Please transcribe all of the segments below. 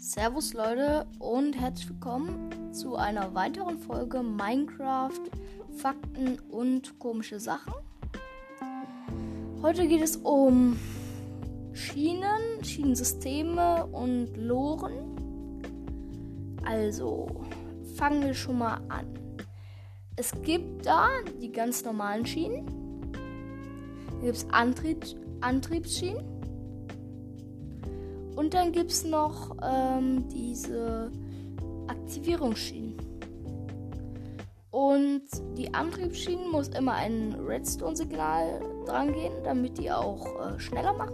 Servus Leute und herzlich willkommen zu einer weiteren Folge Minecraft, Fakten und komische Sachen. Heute geht es um Schienen, Schienensysteme und Loren. Also fangen wir schon mal an. Es gibt da die ganz normalen Schienen. Dann gibt es Antriebsschienen. Und dann gibt es noch diese Aktivierungsschienen. Und die Antriebsschienen muss immer ein Redstone-Signal dran gehen, damit die auch schneller machen.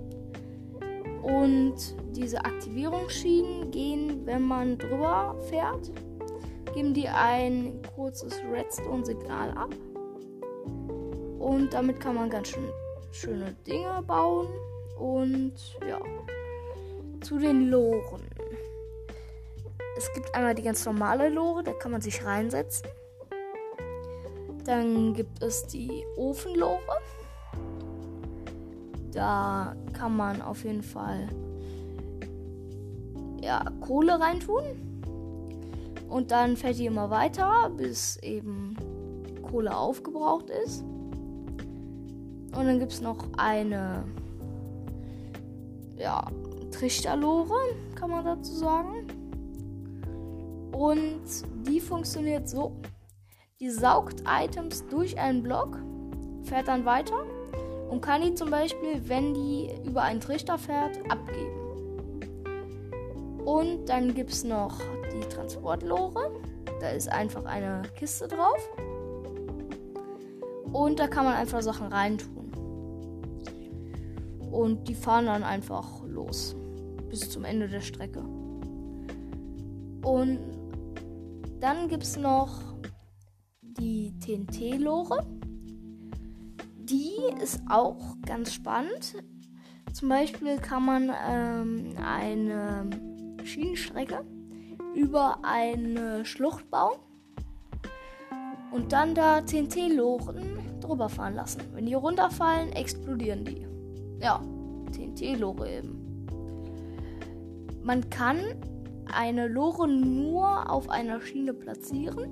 Und diese Aktivierungsschienen gehen, wenn man drüber fährt, geben die ein kurzes Redstone-Signal ab. Und damit kann man ganz schöne Dinge bauen. Und ja, zu den Loren. Es gibt einmal die ganz normale Lore, da kann man sich reinsetzen. Dann gibt es die Ofenlore. Da kann man auf jeden Fall Kohle reintun. Und dann fährt die immer weiter, bis eben Kohle aufgebraucht ist. Und dann gibt es noch eine Trichterlore, kann man dazu sagen. Und die funktioniert so. Die saugt Items durch einen Block, fährt dann weiter und kann die zum Beispiel, wenn die über einen Trichter fährt, abgeben. Und dann gibt es noch die Transportlore. Da ist einfach eine Kiste drauf. Und da kann man einfach Sachen reintun. Und die fahren dann einfach los. Bis zum Ende der Strecke. Und dann gibt es noch die TNT-Lore. Die ist auch ganz spannend. Zum Beispiel kann man eine Schienenstrecke über eine Schlucht bauen und dann da TNT-Loren drüber fahren lassen. Wenn die runterfallen, explodieren die. Ja, TNT-Lore eben. Man kann eine Lore nur auf einer Schiene platzieren.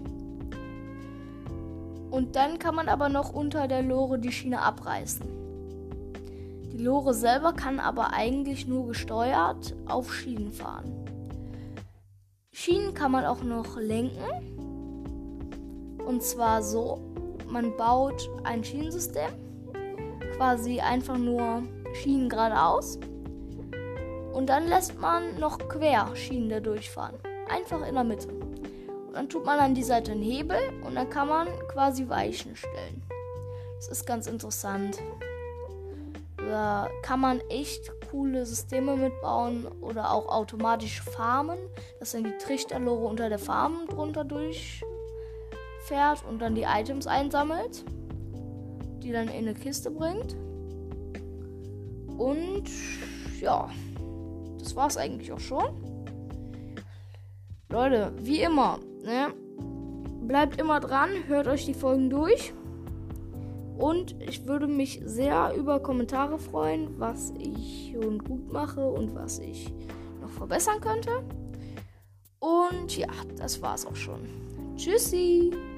Und dann kann man aber noch unter der Lore die Schiene abreißen. Die Lore selber kann aber eigentlich nur gesteuert auf Schienen fahren. Schienen kann man auch noch lenken. Und zwar so, man baut ein Schienensystem. Quasi einfach nur Schienen geradeaus. Und dann lässt man noch Querschienen da durchfahren. Einfach in der Mitte. Und dann tut man an die Seite einen Hebel und dann kann man quasi Weichen stellen. Das ist ganz interessant. Da kann man echt coole Systeme mitbauen oder auch automatisch farmen, dass dann die Trichterlore unter der Farm drunter durchfährt und dann die Items einsammelt, die dann in eine Kiste bringt. Und ja, das war's eigentlich auch schon. Leute, wie immer, bleibt immer dran, hört euch die Folgen durch. Und ich würde mich sehr über Kommentare freuen, was ich schon gut mache und was ich noch verbessern könnte. Und ja, das war's auch schon. Tschüssi!